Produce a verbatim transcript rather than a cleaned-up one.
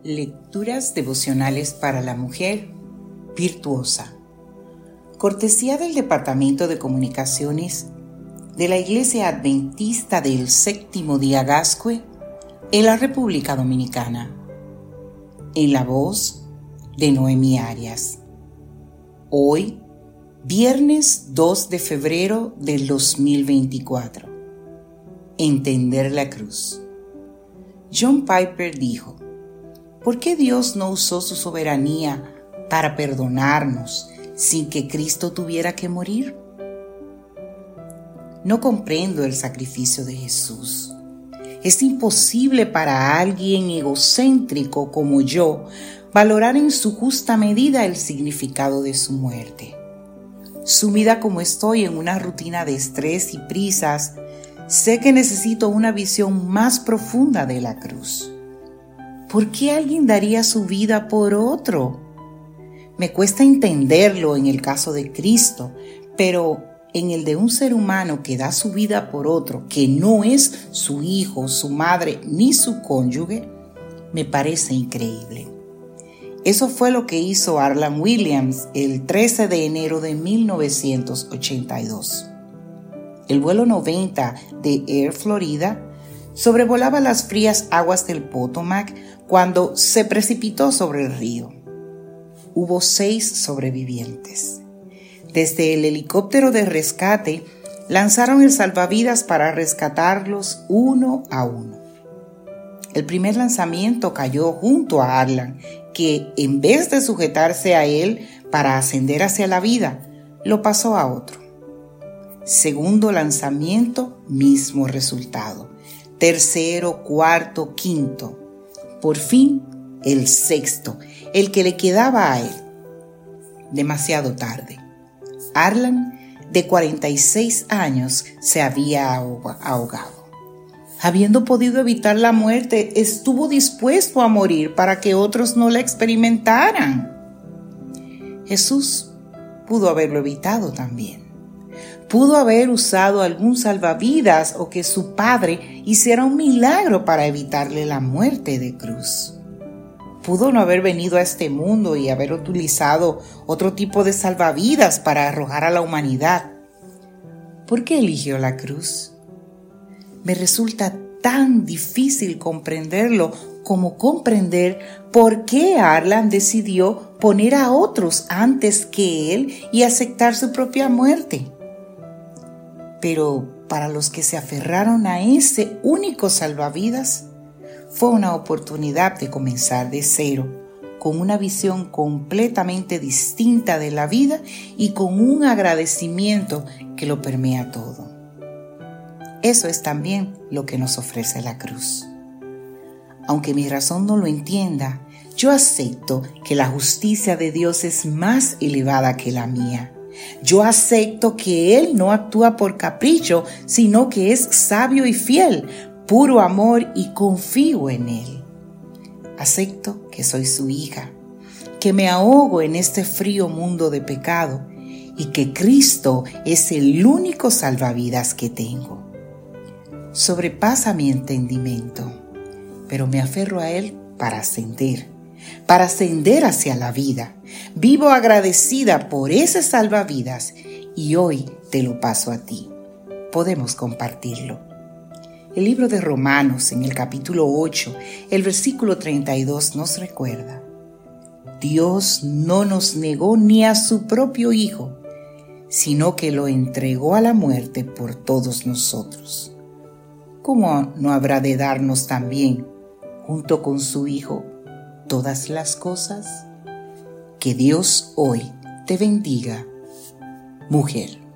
Lecturas devocionales para la mujer virtuosa. Cortesía del Departamento de Comunicaciones de la Iglesia Adventista del Séptimo Día Gascue en la República Dominicana. En la voz de Noemi Arias. Hoy, viernes dos de febrero del dos mil veinticuatro. Entender la cruz. John Piper dijo: ¿por qué Dios no usó su soberanía para perdonarnos sin que Cristo tuviera que morir? No comprendo el sacrificio de Jesús. Es imposible para alguien egocéntrico como yo valorar en su justa medida el significado de su muerte. Sumida como estoy en una rutina de estrés y prisas, sé que necesito una visión más profunda de la cruz. ¿Por qué alguien daría su vida por otro? Me cuesta entenderlo en el caso de Cristo, pero en el de un ser humano que da su vida por otro, que no es su hijo, su madre ni su cónyuge, me parece increíble. Eso fue lo que hizo Arlan Williams el trece de enero de mil novecientos ochenta y dos. El vuelo noventa de Air Florida sobrevolaba las frías aguas del Potomac cuando se precipitó sobre el río. Hubo seis sobrevivientes. Desde el helicóptero de rescate lanzaron el salvavidas para rescatarlos uno a uno. El primer lanzamiento cayó junto a Arlan, que en vez de sujetarse a él para ascender hacia la vida, lo pasó a otro. Segundo lanzamiento, mismo resultado. Tercero, cuarto, quinto. Por fin, el sexto, el que le quedaba a él. Demasiado tarde. Arlan, de cuarenta y seis años, se había ahogado. Habiendo podido evitar la muerte, estuvo dispuesto a morir para que otros no la experimentaran. Jesús pudo haberlo evitado también. Pudo haber usado algún salvavidas o que su padre hiciera un milagro para evitarle la muerte de cruz. Pudo no haber venido a este mundo y haber utilizado otro tipo de salvavidas para arrojar a la humanidad. ¿Por qué eligió la cruz? Me resulta tan difícil comprenderlo como comprender por qué Arlan decidió poner a otros antes que él y aceptar su propia muerte. Pero para los que se aferraron a ese único salvavidas, fue una oportunidad de comenzar de cero, con una visión completamente distinta de la vida y con un agradecimiento que lo permea todo. Eso es también lo que nos ofrece la cruz. Aunque mi razón no lo entienda, yo acepto que la justicia de Dios es más elevada que la mía. Yo acepto que Él no actúa por capricho, sino que es sabio y fiel, puro amor, y confío en Él. Acepto que soy su hija, que me ahogo en este frío mundo de pecado y que Cristo es el único salvavidas que tengo. Sobrepasa mi entendimiento, pero me aferro a Él para ascender, para ascender hacia la vida. Vivo agradecida por ese salvavidas y hoy te lo paso a ti. Podemos compartirlo. El libro de Romanos, en el capítulo ocho, el versículo treinta y dos, nos recuerda: Dios no nos negó ni a su propio Hijo, sino que lo entregó a la muerte por todos nosotros. ¿Cómo no habrá de darnos también, junto con su Hijo, todas las cosas? Que Dios hoy te bendiga, mujer.